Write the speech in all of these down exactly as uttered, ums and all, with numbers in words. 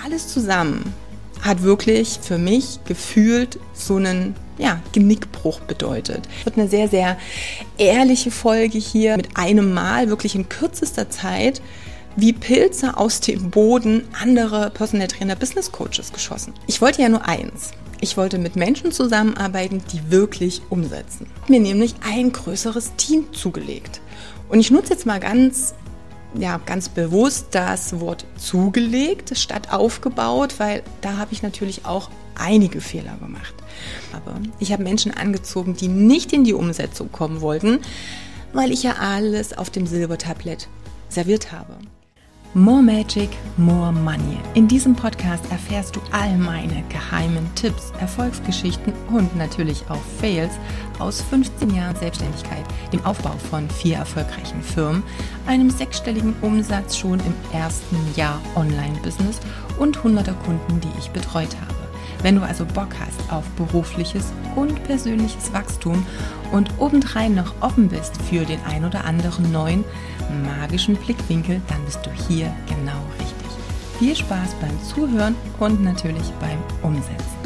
alles zusammen hat wirklich für mich gefühlt so einen ja, Genickbruch bedeutet. Es wird eine sehr, sehr ehrliche Folge hier mit einem Mal, wirklich in kürzester Zeit, wie Pilze aus dem Boden andere Personal Trainer, Business Coaches geschossen. Ich wollte ja nur eins. Ich wollte mit Menschen zusammenarbeiten, die wirklich umsetzen. Ich habe mir nämlich ein größeres Team zugelegt. Und ich nutze jetzt mal ganz, ja, ganz bewusst das Wort zugelegt statt aufgebaut, weil da habe ich natürlich auch einige Fehler gemacht. Aber ich habe Menschen angezogen, die nicht in die Umsetzung kommen wollten, weil ich ja alles auf dem Silbertablett serviert habe. More Magic, More Money. In diesem Podcast erfährst du all meine geheimen Tipps, Erfolgsgeschichten und natürlich auch Fails aus fünfzehn Jahren Selbstständigkeit, dem Aufbau von vier erfolgreichen Firmen, einem sechsstelligen Umsatz schon im ersten Jahr Online-Business und hunderter Kunden, die ich betreut habe. Wenn du also Bock hast auf berufliches und persönliches Wachstum und obendrein noch offen bist für den ein oder anderen neuen magischen Blickwinkel, dann bist du hier genau richtig. Viel Spaß beim Zuhören und natürlich beim Umsetzen.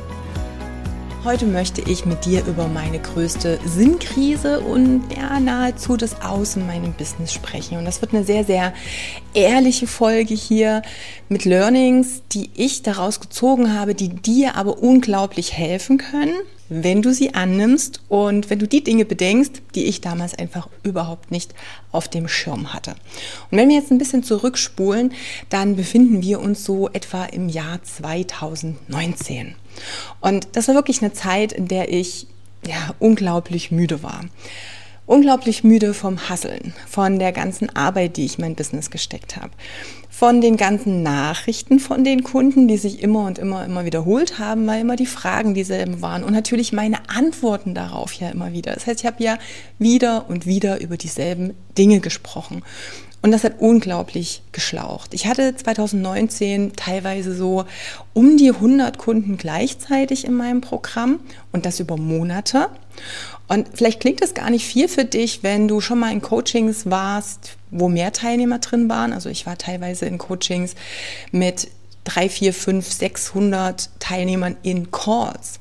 Heute möchte ich mit dir über meine größte Sinnkrise und ja, nahezu das Aus in meinem Business sprechen. Und das wird eine sehr, sehr ehrliche Folge hier mit Learnings, die ich daraus gezogen habe, die dir aber unglaublich helfen können, wenn du sie annimmst und wenn du die Dinge bedenkst, die ich damals einfach überhaupt nicht auf dem Schirm hatte. Und wenn wir jetzt ein bisschen zurückspulen, dann befinden wir uns so etwa im Jahr zweitausendneunzehn. Und das war wirklich eine Zeit, in der ich ja unglaublich müde war. Unglaublich müde vom Hustlen, von der ganzen Arbeit, die ich in mein Business gesteckt habe, von den ganzen Nachrichten von den Kunden, die sich immer und immer, immer wiederholt haben, weil immer die Fragen dieselben waren und natürlich meine Antworten darauf ja immer wieder. Das heißt, ich habe ja wieder und wieder über dieselben Dinge gesprochen. Und das hat unglaublich geschlaucht. Ich hatte zweitausendneunzehn teilweise so um die hundert Kunden gleichzeitig in meinem Programm und das über Monate. Und vielleicht klingt das gar nicht viel für dich, wenn du schon mal in Coachings warst, wo mehr Teilnehmer drin waren. Also ich war teilweise in Coachings mit drei, vier, fünf, sechshundert Teilnehmern in Calls.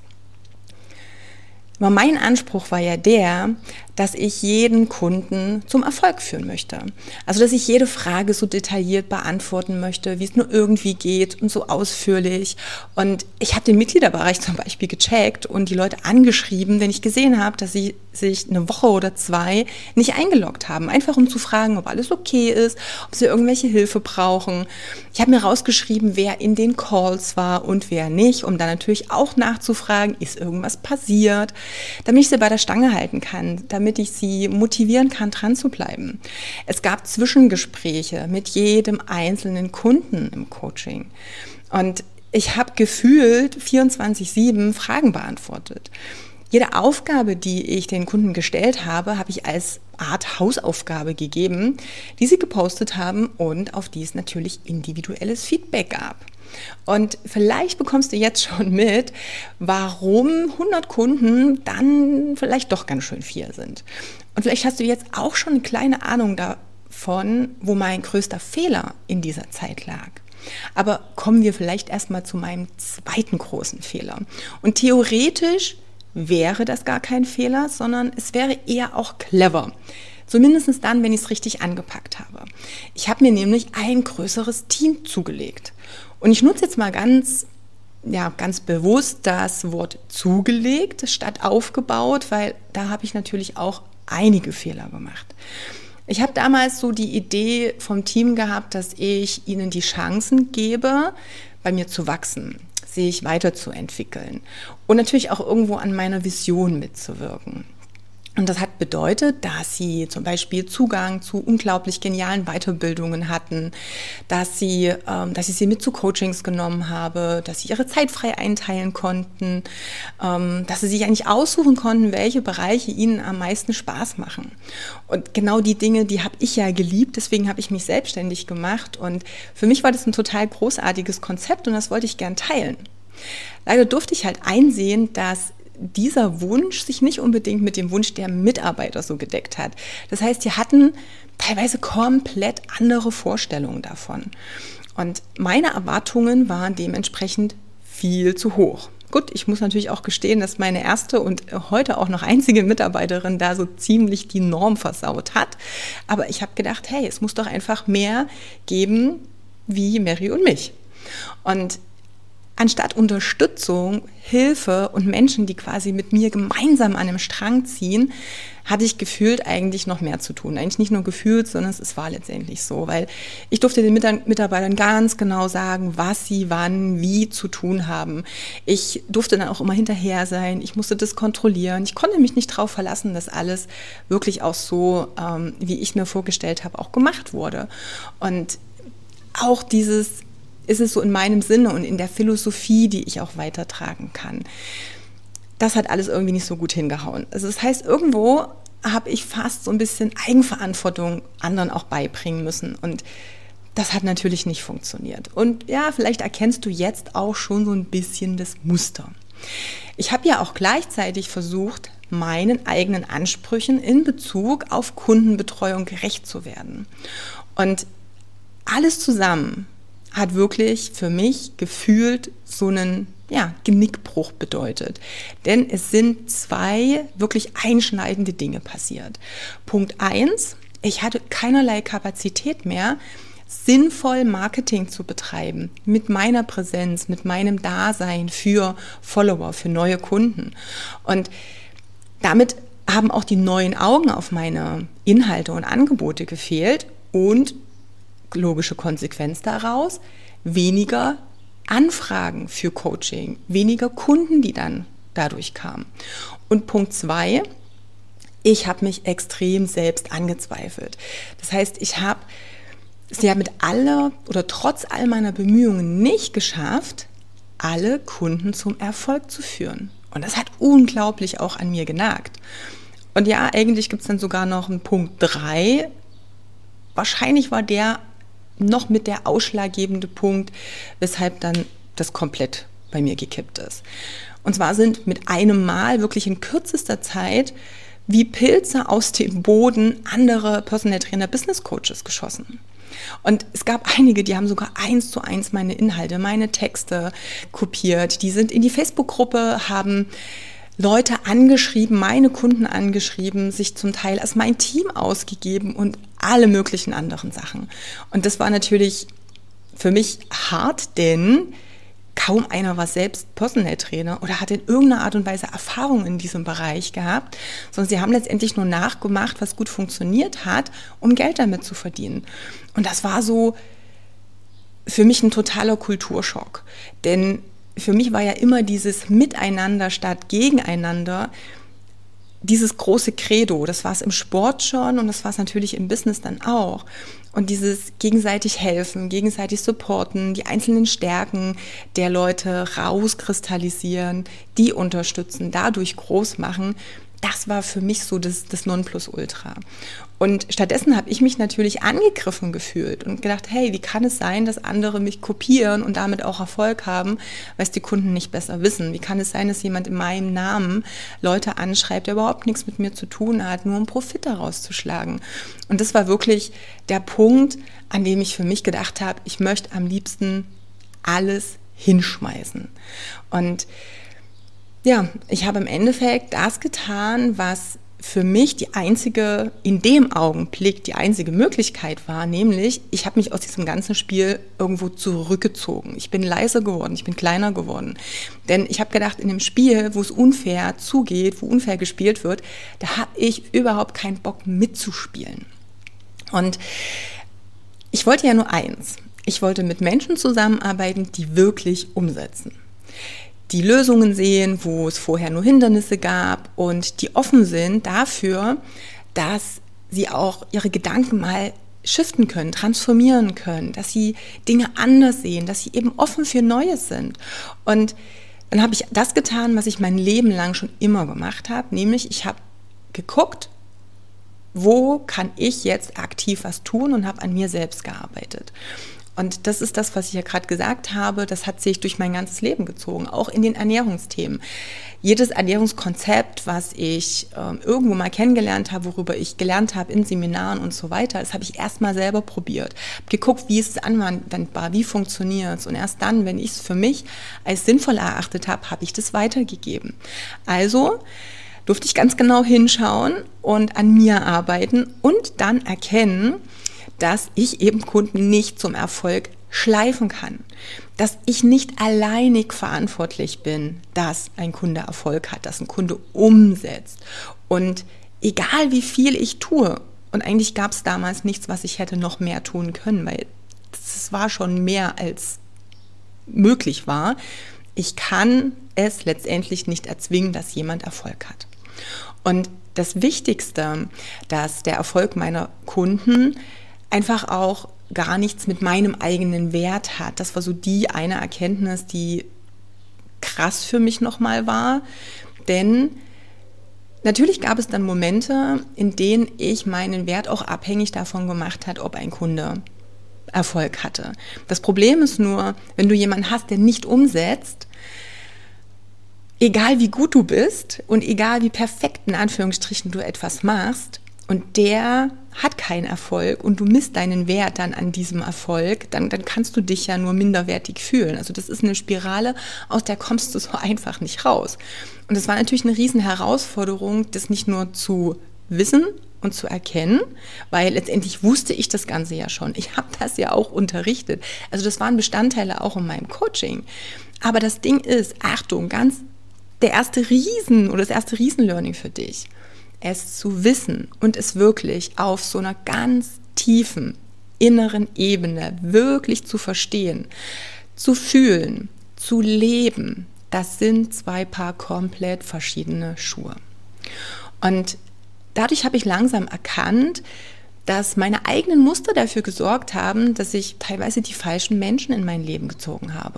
Aber mein Anspruch war ja der, dass ich jeden Kunden zum Erfolg führen möchte. Also, dass ich jede Frage so detailliert beantworten möchte, wie es nur irgendwie geht und so ausführlich. Und ich habe den Mitgliederbereich zum Beispiel gecheckt und die Leute angeschrieben, wenn ich gesehen habe, dass sie sich eine Woche oder zwei nicht eingeloggt haben. Einfach um zu fragen, ob alles okay ist, ob sie irgendwelche Hilfe brauchen. Ich habe mir rausgeschrieben, wer in den Calls war und wer nicht, um dann natürlich auch nachzufragen, ist irgendwas passiert, damit ich sie bei der Stange halten kann, damit ich sie motivieren kann, dran zu bleiben. Es gab Zwischengespräche mit jedem einzelnen Kunden im Coaching. Und ich habe gefühlt vierundzwanzig sieben Fragen beantwortet. Jede Aufgabe, die ich den Kunden gestellt habe, habe ich als Art Hausaufgabe gegeben, die sie gepostet haben und auf die es natürlich individuelles Feedback gab. Und vielleicht bekommst du jetzt schon mit, warum hundert Kunden dann vielleicht doch ganz schön viel sind. Und vielleicht hast du jetzt auch schon eine kleine Ahnung davon, wo mein größter Fehler in dieser Zeit lag. Aber kommen wir vielleicht erstmal zu meinem zweiten großen Fehler. Und theoretisch wäre das gar kein Fehler, sondern es wäre eher auch clever. Zumindest dann, wenn ich es richtig angepackt habe. Ich habe mir nämlich ein größeres Team zugelegt. Und ich nutze jetzt mal ganz, ja, ganz bewusst das Wort zugelegt statt aufgebaut, weil da habe ich natürlich auch einige Fehler gemacht. Ich habe damals so die Idee vom Team gehabt, dass ich ihnen die Chancen gebe, bei mir zu wachsen, sich weiterzuentwickeln und natürlich auch irgendwo an meiner Vision mitzuwirken. Und das hat bedeutet, dass sie zum Beispiel Zugang zu unglaublich genialen Weiterbildungen hatten, dass sie, ähm, dass ich sie mit zu Coachings genommen habe, dass sie ihre Zeit frei einteilen konnten, ähm, dass sie sich eigentlich aussuchen konnten, welche Bereiche ihnen am meisten Spaß machen. Und genau die Dinge, die habe ich ja geliebt, deswegen habe ich mich selbstständig gemacht. Und für mich war das ein total großartiges Konzept und das wollte ich gern teilen. Leider durfte ich halt einsehen, dass dieser Wunsch sich nicht unbedingt mit dem Wunsch der Mitarbeiter so gedeckt hat. Das heißt, die hatten teilweise komplett andere Vorstellungen davon. Und meine Erwartungen waren dementsprechend viel zu hoch. Gut, ich muss natürlich auch gestehen, dass meine erste und heute auch noch einzige Mitarbeiterin da so ziemlich die Norm versaut hat. Aber ich habe gedacht, hey, es muss doch einfach mehr geben wie Mary und mich. Und anstatt Unterstützung, Hilfe und Menschen, die quasi mit mir gemeinsam an einem Strang ziehen, hatte ich gefühlt eigentlich noch mehr zu tun. Eigentlich nicht nur gefühlt, sondern es war letztendlich so, weil ich durfte den Mitarbeitern ganz genau sagen, was sie wann, wie zu tun haben. Ich durfte dann auch immer hinterher sein, ich musste das kontrollieren. Ich konnte mich nicht darauf verlassen, dass alles wirklich auch so, ähm, wie ich mir vorgestellt habe, auch gemacht wurde. Und auch dieses, ist es so in meinem Sinne und in der Philosophie, die ich auch weitertragen kann. Das hat alles irgendwie nicht so gut hingehauen. Also das heißt, irgendwo habe ich fast so ein bisschen Eigenverantwortung anderen auch beibringen müssen. Und das hat natürlich nicht funktioniert. Und ja, vielleicht erkennst du jetzt auch schon so ein bisschen das Muster. Ich habe ja auch gleichzeitig versucht, meinen eigenen Ansprüchen in Bezug auf Kundenbetreuung gerecht zu werden. Und alles zusammen hat wirklich für mich gefühlt so einen ja, Genickbruch bedeutet. Denn es sind zwei wirklich einschneidende Dinge passiert. Punkt eins, ich hatte keinerlei Kapazität mehr, sinnvoll Marketing zu betreiben, mit meiner Präsenz, mit meinem Dasein für Follower, für neue Kunden. Und damit haben auch die neuen Augen auf meine Inhalte und Angebote gefehlt und logische Konsequenz daraus, weniger Anfragen für Coaching, weniger Kunden, die dann dadurch kamen. Und Punkt zwei, ich habe mich extrem selbst angezweifelt. Das heißt, ich habe es ja mit aller oder trotz all meiner Bemühungen nicht geschafft, alle Kunden zum Erfolg zu führen. Und das hat unglaublich auch an mir genagt. Und ja, eigentlich gibt es dann sogar noch einen Punkt drei. Wahrscheinlich war der noch mit der ausschlaggebende Punkt, weshalb dann das komplett bei mir gekippt ist. Und zwar sind mit einem Mal wirklich in kürzester Zeit wie Pilze aus dem Boden andere Personal Trainer, Business Coaches geschossen. Und es gab einige, die haben sogar eins zu eins meine Inhalte, meine Texte kopiert. Die sind in die Facebook-Gruppe, haben Leute angeschrieben, meine Kunden angeschrieben, sich zum Teil als mein Team ausgegeben und alle möglichen anderen Sachen. Und das war natürlich für mich hart, denn kaum einer war selbst Personal Trainer oder hat in irgendeiner Art und Weise Erfahrung in diesem Bereich gehabt, sondern sie haben letztendlich nur nachgemacht, was gut funktioniert hat, um Geld damit zu verdienen. Und das war so für mich ein totaler Kulturschock, denn für mich war ja immer dieses Miteinander statt Gegeneinander dieses große Credo. Das war es im Sport schon und das war es natürlich im Business dann auch. Und dieses gegenseitig helfen, gegenseitig supporten, die einzelnen Stärken der Leute rauskristallisieren, die unterstützen, dadurch groß machen, das war für mich so das, das Nonplusultra. Und stattdessen habe ich mich natürlich angegriffen gefühlt und gedacht, hey, wie kann es sein, dass andere mich kopieren und damit auch Erfolg haben, weil es die Kunden nicht besser wissen? Wie kann es sein, dass jemand in meinem Namen Leute anschreibt, der überhaupt nichts mit mir zu tun hat, nur um Profit daraus zu schlagen? Und das war wirklich der Punkt, an dem ich für mich gedacht habe, ich möchte am liebsten alles hinschmeißen. Und ja, ich habe im Endeffekt das getan, was für mich die einzige, in dem Augenblick die einzige Möglichkeit war, nämlich ich habe mich aus diesem ganzen Spiel irgendwo zurückgezogen. Ich bin leiser geworden, ich bin kleiner geworden. Denn ich habe gedacht, in dem Spiel, wo es unfair zugeht, wo unfair gespielt wird, da habe ich überhaupt keinen Bock mitzuspielen. Und ich wollte ja nur eins. Ich wollte mit Menschen zusammenarbeiten, die wirklich umsetzen. Die Lösungen sehen, wo es vorher nur Hindernisse gab und die offen sind dafür, dass sie auch ihre Gedanken mal shiften können, transformieren können, dass sie Dinge anders sehen, dass sie eben offen für Neues sind. Und dann habe ich das getan, was ich mein Leben lang schon immer gemacht habe, nämlich ich habe geguckt, wo kann ich jetzt aktiv was tun und habe an mir selbst gearbeitet. Und das ist das, was ich ja gerade gesagt habe, das hat sich durch mein ganzes Leben gezogen, auch in den Ernährungsthemen. Jedes Ernährungskonzept, was ich äh, irgendwo mal kennengelernt habe, worüber ich gelernt habe in Seminaren und so weiter, das habe ich erst mal selber probiert. Hab geguckt, wie ist es anwendbar, wie funktioniert es. Und erst dann, wenn ich es für mich als sinnvoll erachtet habe, habe ich das weitergegeben. Also durfte ich ganz genau hinschauen und an mir arbeiten und dann erkennen, dass ich eben Kunden nicht zum Erfolg schleifen kann. Dass ich nicht alleinig verantwortlich bin, dass ein Kunde Erfolg hat, dass ein Kunde umsetzt. Und egal wie viel ich tue, und eigentlich gab es damals nichts, was ich hätte noch mehr tun können, weil es war schon mehr als möglich war, ich kann es letztendlich nicht erzwingen, dass jemand Erfolg hat. Und das Wichtigste, dass der Erfolg meiner Kunden einfach auch gar nichts mit meinem eigenen Wert hat. Das war so die eine Erkenntnis, die krass für mich nochmal war. Denn natürlich gab es dann Momente, in denen ich meinen Wert auch abhängig davon gemacht habe, ob ein Kunde Erfolg hatte. Das Problem ist nur, wenn du jemanden hast, der nicht umsetzt, egal wie gut du bist und egal wie perfekt in Anführungsstrichen du etwas machst, und der hat keinen Erfolg und du misst deinen Wert dann an diesem Erfolg, dann, dann kannst du dich ja nur minderwertig fühlen. Also das ist eine Spirale, aus der kommst du so einfach nicht raus. Und es war natürlich eine riesen Herausforderung, das nicht nur zu wissen und zu erkennen, weil letztendlich wusste ich das Ganze ja schon. Ich habe das ja auch unterrichtet. Also das waren Bestandteile auch in meinem Coaching. Aber das Ding ist, Achtung, ganz der erste Riesen oder das erste Riesenlearning für dich, es zu wissen und es wirklich auf so einer ganz tiefen inneren Ebene wirklich zu verstehen, zu fühlen, zu leben, das sind zwei Paar komplett verschiedene Schuhe. Und dadurch habe ich langsam erkannt, dass meine eigenen Muster dafür gesorgt haben, dass ich teilweise die falschen Menschen in mein Leben gezogen habe.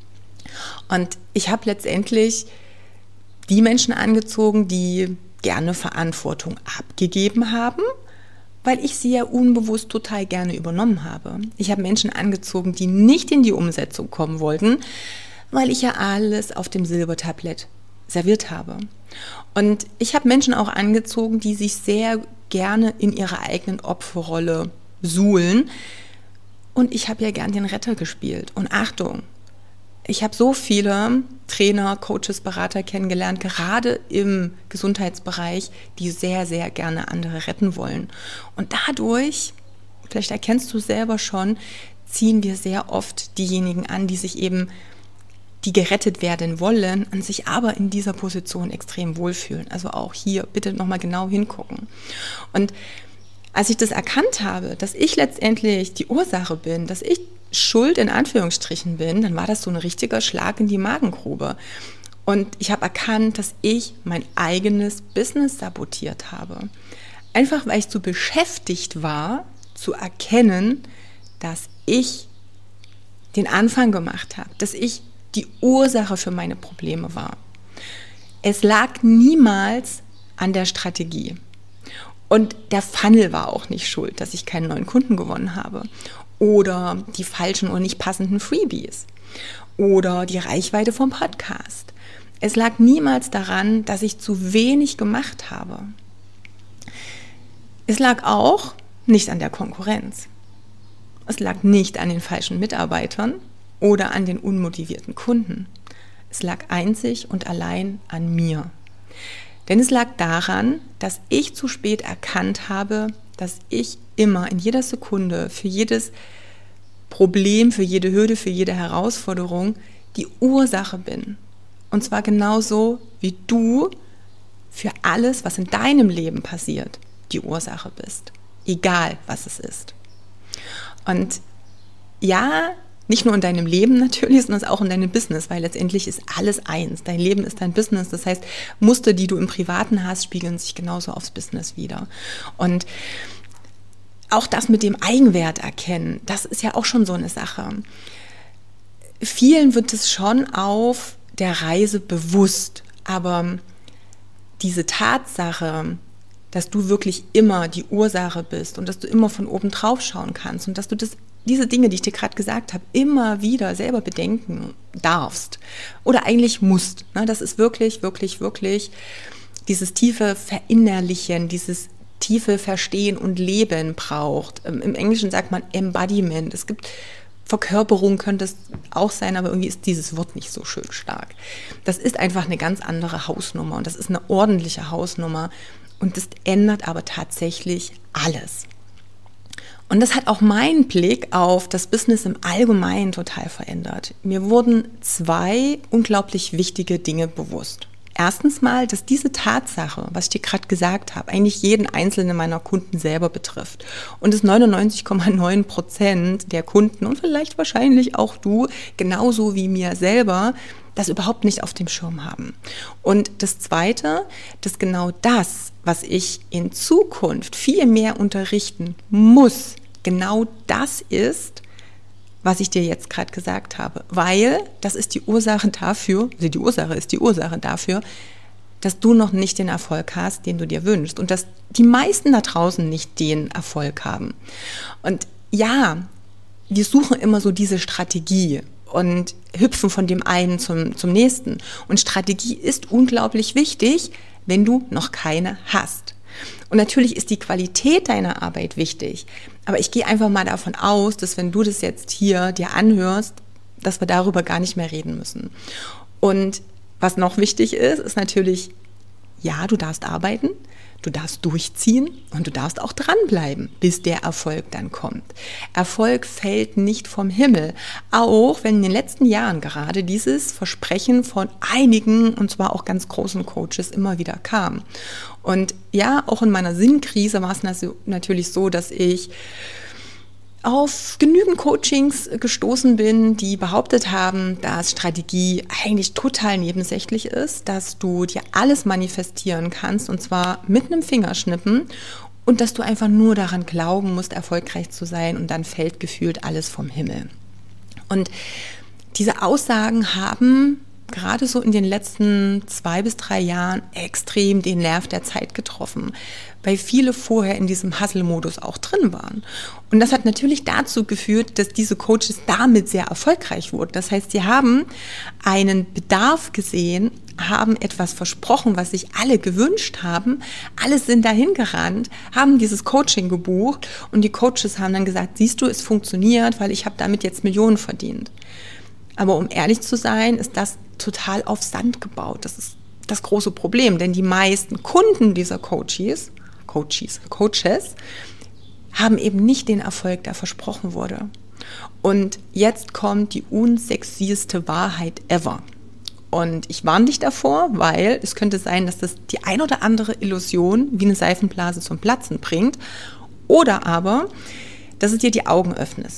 Und ich habe letztendlich die Menschen angezogen, die gerne Verantwortung abgegeben haben, weil ich sie ja unbewusst total gerne übernommen habe. Ich habe Menschen angezogen, die nicht in die Umsetzung kommen wollten, weil ich ja alles auf dem Silbertablett serviert habe. Und ich habe Menschen auch angezogen, die sich sehr gerne in ihrer eigenen Opferrolle suhlen. Und ich habe ja gern den Retter gespielt. Und Achtung, ich habe so viele Trainer, Coaches, Berater kennengelernt, gerade im Gesundheitsbereich, die sehr, sehr gerne andere retten wollen. Und dadurch, vielleicht erkennst du selber schon, ziehen wir sehr oft diejenigen an, die sich eben, die gerettet werden wollen, an sich aber in dieser Position extrem wohlfühlen. Also auch hier bitte nochmal genau hingucken. Und als ich das erkannt habe, dass ich letztendlich die Ursache bin, dass ich Schuld in Anführungsstrichen bin, dann war das so ein richtiger Schlag in die Magengrube. Und ich habe erkannt, dass ich mein eigenes Business sabotiert habe. Einfach weil ich zu beschäftigt war, zu erkennen, dass ich den Anfang gemacht habe, dass ich die Ursache für meine Probleme war. Es lag niemals an der Strategie. Und der Funnel war auch nicht schuld, dass ich keinen neuen Kunden gewonnen habe. Oder die falschen oder nicht passenden Freebies. Oder die Reichweite vom Podcast. Es lag niemals daran, dass ich zu wenig gemacht habe. Es lag auch nicht an der Konkurrenz. Es lag nicht an den falschen Mitarbeitern oder an den unmotivierten Kunden. Es lag einzig und allein an mir. Denn es lag daran, dass ich zu spät erkannt habe, dass ich immer in jeder Sekunde für jedes Problem, für jede Hürde, für jede Herausforderung die Ursache bin. Und zwar genauso wie du für alles, was in deinem Leben passiert, die Ursache bist. Egal, was es ist. Und ja, nicht nur in deinem Leben natürlich, sondern auch in deinem Business, weil letztendlich ist alles eins. Dein Leben ist dein Business. Das heißt, Muster, die du im Privaten hast, spiegeln sich genauso aufs Business wider. Und auch das mit dem Eigenwert erkennen, das ist ja auch schon so eine Sache. Vielen wird es schon auf der Reise bewusst, aber diese Tatsache, dass du wirklich immer die Ursache bist und dass du immer von oben drauf schauen kannst und dass du das diese Dinge, die ich dir gerade gesagt habe, immer wieder selber bedenken darfst oder eigentlich musst. Ne? Das ist wirklich, wirklich, wirklich dieses tiefe Verinnerlichen, dieses tiefe Verstehen und Leben braucht. Im Englischen sagt man Embodiment. Es gibt Verkörperung, könnte es auch sein, aber irgendwie ist dieses Wort nicht so schön stark. Das ist einfach eine ganz andere Hausnummer und das ist eine ordentliche Hausnummer und das ändert aber tatsächlich alles. Und das hat auch meinen Blick auf das Business im Allgemeinen total verändert. Mir wurden zwei unglaublich wichtige Dinge bewusst. Erstens mal, dass diese Tatsache, was ich dir gerade gesagt habe, eigentlich jeden einzelnen meiner Kunden selber betrifft. Und es neunundneunzig Komma neun Prozent der Kunden und vielleicht wahrscheinlich auch du, genauso wie mir selber, das überhaupt nicht auf dem Schirm haben. Und das Zweite, dass genau das, was ich in Zukunft viel mehr unterrichten muss, genau das ist, was ich dir jetzt gerade gesagt habe, weil das ist die Ursache dafür, also die Ursache ist die Ursache dafür, dass du noch nicht den Erfolg hast, den du dir wünschst und dass die meisten da draußen nicht den Erfolg haben. Und ja, wir suchen immer so diese Strategie und hüpfen von dem einen zum, zum nächsten. Und Strategie ist unglaublich wichtig, wenn du noch keine hast. Und natürlich ist die Qualität deiner Arbeit wichtig. Aber ich gehe einfach mal davon aus, dass wenn du das jetzt hier dir anhörst, dass wir darüber gar nicht mehr reden müssen. Und was noch wichtig ist, ist natürlich, ja, du darfst arbeiten, du darfst durchziehen und du darfst auch dranbleiben, bis der Erfolg dann kommt. Erfolg fällt nicht vom Himmel, auch wenn in den letzten Jahren gerade dieses Versprechen von einigen, und zwar auch ganz großen Coaches, immer wieder kam. Und ja, auch in meiner Sinnkrise war es natürlich so, dass ich auf genügend Coachings gestoßen bin, die behauptet haben, dass Strategie eigentlich total nebensächlich ist, dass du dir alles manifestieren kannst und zwar mit einem Fingerschnippen und dass du einfach nur daran glauben musst, erfolgreich zu sein und dann fällt gefühlt alles vom Himmel. Und diese Aussagen haben gerade so in den letzten zwei bis drei Jahren extrem den Nerv der Zeit getroffen, weil viele vorher in diesem Hustle-Modus auch drin waren. Und das hat natürlich dazu geführt, dass diese Coaches damit sehr erfolgreich wurden. Das heißt, sie haben einen Bedarf gesehen, haben etwas versprochen, was sich alle gewünscht haben. Alle sind dahin gerannt, haben dieses Coaching gebucht und die Coaches haben dann gesagt, siehst du, es funktioniert, weil ich habe damit jetzt Millionen verdient. Aber um ehrlich zu sein, ist das total auf Sand gebaut. Das ist das große Problem, denn die meisten Kunden dieser Coaches, Coaches, Coaches haben eben nicht den Erfolg, der versprochen wurde. Und jetzt kommt die unsexieste Wahrheit ever. Und ich warne dich davor, weil es könnte sein, dass das die ein oder andere Illusion wie eine Seifenblase zum Platzen bringt oder aber, dass es dir die Augen öffnet.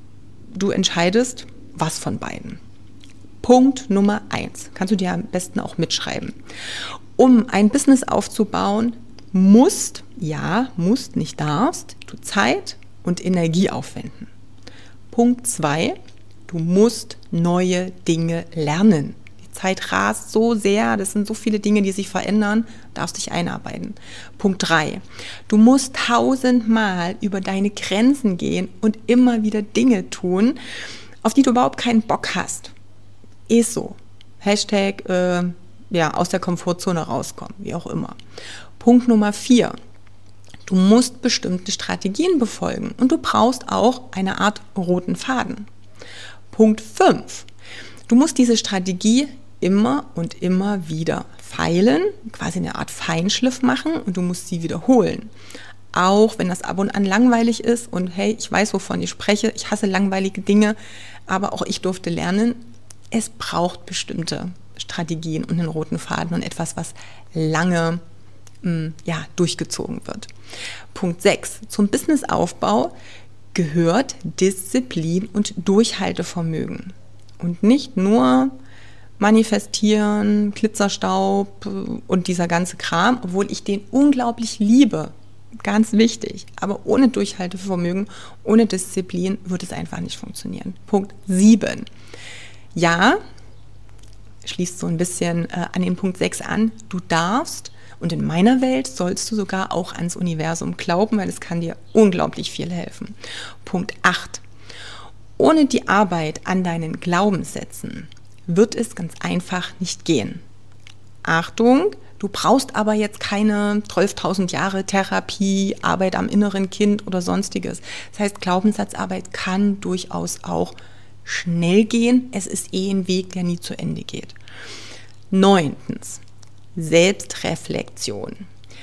Du entscheidest, was von beiden. Punkt Nummer eins, kannst du dir am besten auch mitschreiben. Um ein Business aufzubauen, musst, ja, musst, nicht darfst, du Zeit und Energie aufwenden. Punkt zwei, du musst neue Dinge lernen. Die Zeit rast so sehr, das sind so viele Dinge, die sich verändern, darfst dich einarbeiten. Punkt drei, du musst tausendmal über deine Grenzen gehen und immer wieder Dinge tun, auf die du überhaupt keinen Bock hast. Ist so. Hashtag äh, ja, aus der Komfortzone rauskommen, wie auch immer. Punkt Nummer vier. Du musst bestimmte Strategien befolgen und du brauchst auch eine Art roten Faden. Punkt fünf. Du musst diese Strategie immer und immer wieder feilen, quasi eine Art Feinschliff machen und du musst sie wiederholen. Auch wenn das ab und an langweilig ist und hey, ich weiß, wovon ich spreche, ich hasse langweilige Dinge, aber auch ich durfte lernen, es braucht bestimmte Strategien und einen roten Faden und etwas, was lange mh, ja, durchgezogen wird. Punkt sechs. Zum Businessaufbau gehört Disziplin und Durchhaltevermögen. Und nicht nur manifestieren, Glitzerstaub und dieser ganze Kram, obwohl ich den unglaublich liebe. Ganz wichtig. Aber ohne Durchhaltevermögen, ohne Disziplin wird es einfach nicht funktionieren. Punkt sieben. Ja, schließt so ein bisschen äh, an den Punkt sechs an, du darfst und in meiner Welt sollst du sogar auch ans Universum glauben, weil es kann dir unglaublich viel helfen. Punkt acht. Ohne die Arbeit an deinen Glaubenssätzen wird es ganz einfach nicht gehen. Achtung, du brauchst aber jetzt keine zwölftausend Jahre Therapie, Arbeit am inneren Kind oder sonstiges. Das heißt, Glaubenssatzarbeit kann durchaus auch schnell gehen. Es ist eh ein Weg, der nie zu Ende geht. Neuntens, Selbstreflexion.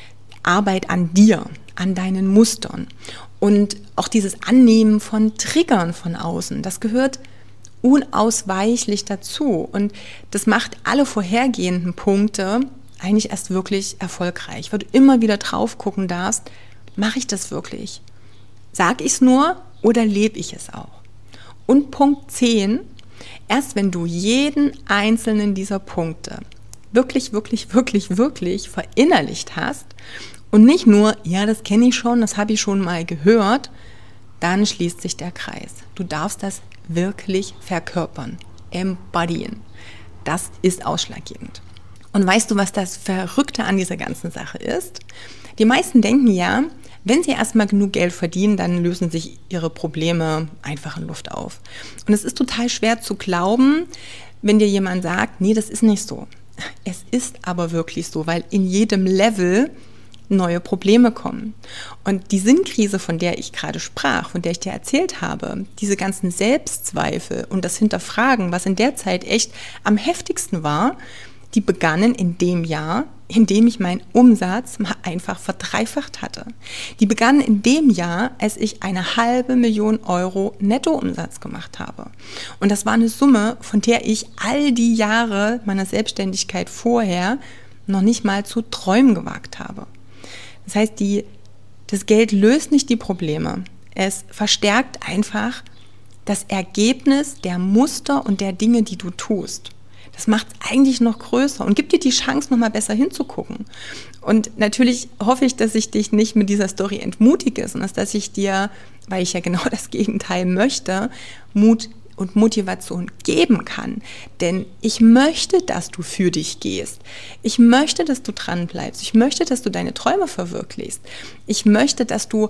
Arbeit an dir, an deinen Mustern und auch dieses Annehmen von Triggern von außen. Das gehört unausweichlich dazu und das macht alle vorhergehenden Punkte eigentlich erst wirklich erfolgreich, weil du immer wieder drauf gucken darfst, mache ich das wirklich? Sag ich es nur oder lebe ich es auch? Und Punkt zehn, erst wenn du jeden einzelnen dieser Punkte wirklich, wirklich, wirklich, wirklich verinnerlicht hast und nicht nur, ja, das kenne ich schon, das habe ich schon mal gehört, dann schließt sich der Kreis. Du darfst das wirklich verkörpern, embodyen. Das ist ausschlaggebend. Und weißt du, was das Verrückte an dieser ganzen Sache ist? Die meisten denken ja, wenn sie erstmal genug Geld verdienen, dann lösen sich ihre Probleme einfach in Luft auf. Und es ist total schwer zu glauben, wenn dir jemand sagt, nee, das ist nicht so. Es ist aber wirklich so, weil in jedem Level neue Probleme kommen. Und die Sinnkrise, von der ich gerade sprach, von der ich dir erzählt habe, diese ganzen Selbstzweifel und das Hinterfragen, was in der Zeit echt am heftigsten war, die begannen in dem Jahr, in dem ich meinen Umsatz mal einfach verdreifacht hatte. Die begannen in dem Jahr, als ich eine halbe Million Euro Nettoumsatz gemacht habe. Und das war eine Summe, von der ich all die Jahre meiner Selbstständigkeit vorher noch nicht mal zu träumen gewagt habe. Das heißt, die, das Geld löst nicht die Probleme. Es verstärkt einfach das Ergebnis der Muster und der Dinge, die du tust. Das macht es eigentlich noch größer und gibt dir die Chance, noch mal besser hinzugucken. Und natürlich hoffe ich, dass ich dich nicht mit dieser Story entmutige, sondern dass ich dir, weil ich ja genau das Gegenteil möchte, Mut und Motivation geben kann. Denn ich möchte, dass du für dich gehst. Ich möchte, dass du dran bleibst. Ich möchte, dass du deine Träume verwirklichst. Ich möchte, dass du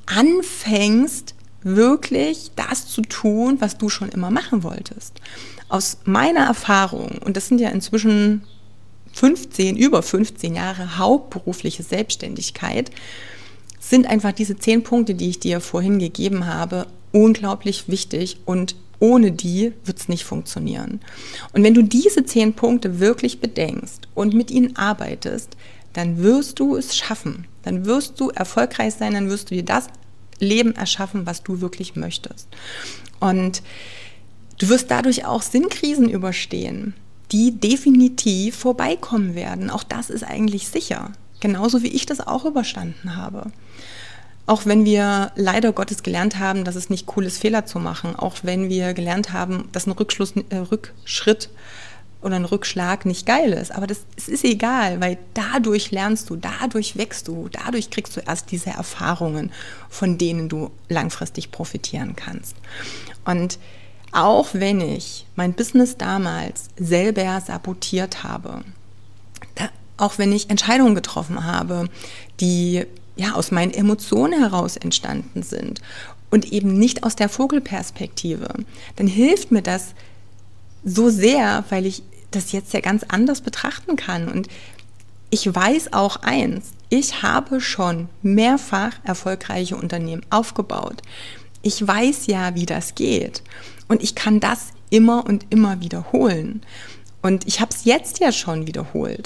anfängst, wirklich das zu tun, was du schon immer machen wolltest. Aus meiner Erfahrung, und das sind ja inzwischen fünfzehn, über fünfzehn Jahre hauptberufliche Selbstständigkeit, sind einfach diese zehn Punkte, die ich dir vorhin gegeben habe, unglaublich wichtig und ohne die wird es nicht funktionieren. Und wenn du diese zehn Punkte wirklich bedenkst und mit ihnen arbeitest, dann wirst du es schaffen. Dann wirst du erfolgreich sein, dann wirst du dir das Leben erschaffen, was du wirklich möchtest. Und du wirst dadurch auch Sinnkrisen überstehen, die definitiv vorbeikommen werden. Auch das ist eigentlich sicher. Genauso wie ich das auch überstanden habe. Auch wenn wir leider Gottes gelernt haben, dass es nicht cool ist, Fehler zu machen. Auch wenn wir gelernt haben, dass ein Rückschluss, äh, Rückschritt oder ein Rückschlag nicht geil ist. Aber das, es ist egal, weil dadurch lernst du, dadurch wächst du, dadurch kriegst du erst diese Erfahrungen, von denen du langfristig profitieren kannst. Und auch wenn ich mein Business damals selber sabotiert habe, da, auch wenn ich Entscheidungen getroffen habe, die ja aus meinen Emotionen heraus entstanden sind und eben nicht aus der Vogelperspektive, dann hilft mir das so sehr, weil ich das jetzt ja ganz anders betrachten kann. Und ich weiß auch eins, ich habe schon mehrfach erfolgreiche Unternehmen aufgebaut. Ich weiß ja, wie das geht. Und ich kann das immer und immer wiederholen. Und ich habe es jetzt ja schon wiederholt.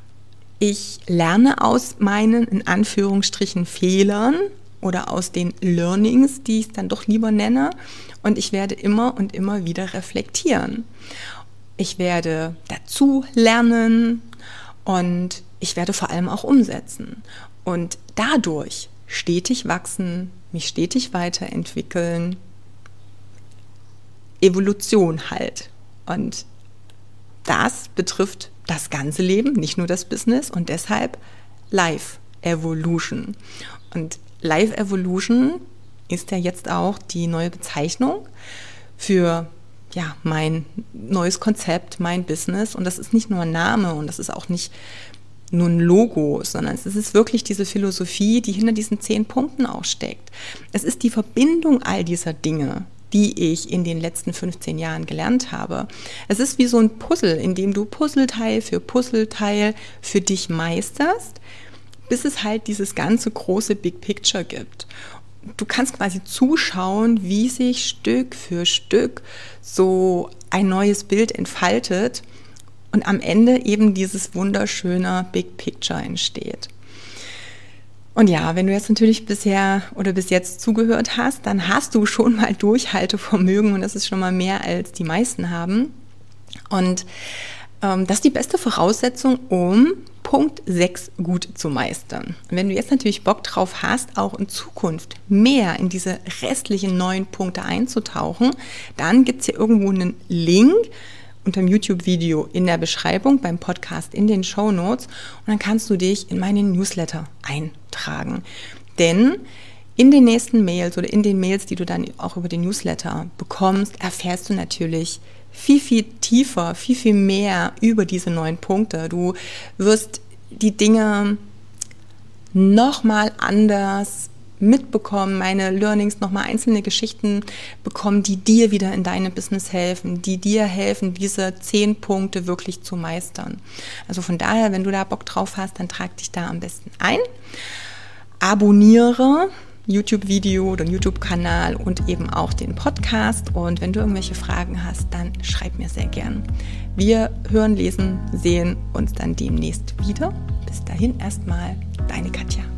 Ich lerne aus meinen, in Anführungsstrichen, Fehlern oder aus den Learnings, die ich dann doch lieber nenne. Und ich werde immer und immer wieder reflektieren. Ich werde dazu lernen und ich werde vor allem auch umsetzen. Und dadurch stetig wachsen, mich stetig weiterentwickeln. Evolution halt. Und das betrifft das ganze Leben, nicht nur das Business und deshalb Life Evolution. Und Life Evolution ist ja jetzt auch die neue Bezeichnung für ja, mein neues Konzept, mein Business. Und das ist nicht nur ein Name und das ist auch nicht nur ein Logo, sondern es ist wirklich diese Philosophie, die hinter diesen zehn Punkten auch steckt. Es ist die Verbindung all dieser Dinge, die ich in den letzten fünfzehn Jahren gelernt habe. Es ist wie so ein Puzzle, in dem du Puzzleteil für Puzzleteil für dich meisterst, bis es halt dieses ganze große Big Picture gibt. Du kannst quasi zuschauen, wie sich Stück für Stück so ein neues Bild entfaltet und am Ende eben dieses wunderschöne Big Picture entsteht. Und ja, wenn du jetzt natürlich bisher oder bis jetzt zugehört hast, dann hast du schon mal Durchhaltevermögen und das ist schon mal mehr, als die meisten haben. Und ähm, das ist die beste Voraussetzung, um Punkt sechs gut zu meistern. Und wenn du jetzt natürlich Bock drauf hast, auch in Zukunft mehr in diese restlichen neun Punkte einzutauchen, dann gibt es hier irgendwo einen Link unter dem YouTube-Video in der Beschreibung, beim Podcast in den Shownotes und dann kannst du dich in meinen Newsletter eintragen. Denn in den nächsten Mails oder in den Mails, die du dann auch über den Newsletter bekommst, erfährst du natürlich viel, viel tiefer, viel, viel mehr über diese neun Punkte. Du wirst die Dinge nochmal anders mitbekommen, meine Learnings, nochmal einzelne Geschichten bekommen, die dir wieder in deinem Business helfen, die dir helfen, diese zehn Punkte wirklich zu meistern. Also von daher, wenn du da Bock drauf hast, dann trag dich da am besten ein. Abonniere YouTube-Video oder YouTube-Kanal und eben auch den Podcast. Und wenn du irgendwelche Fragen hast, dann schreib mir sehr gern. Wir hören, lesen, sehen uns dann demnächst wieder. Bis dahin erstmal, deine Katja.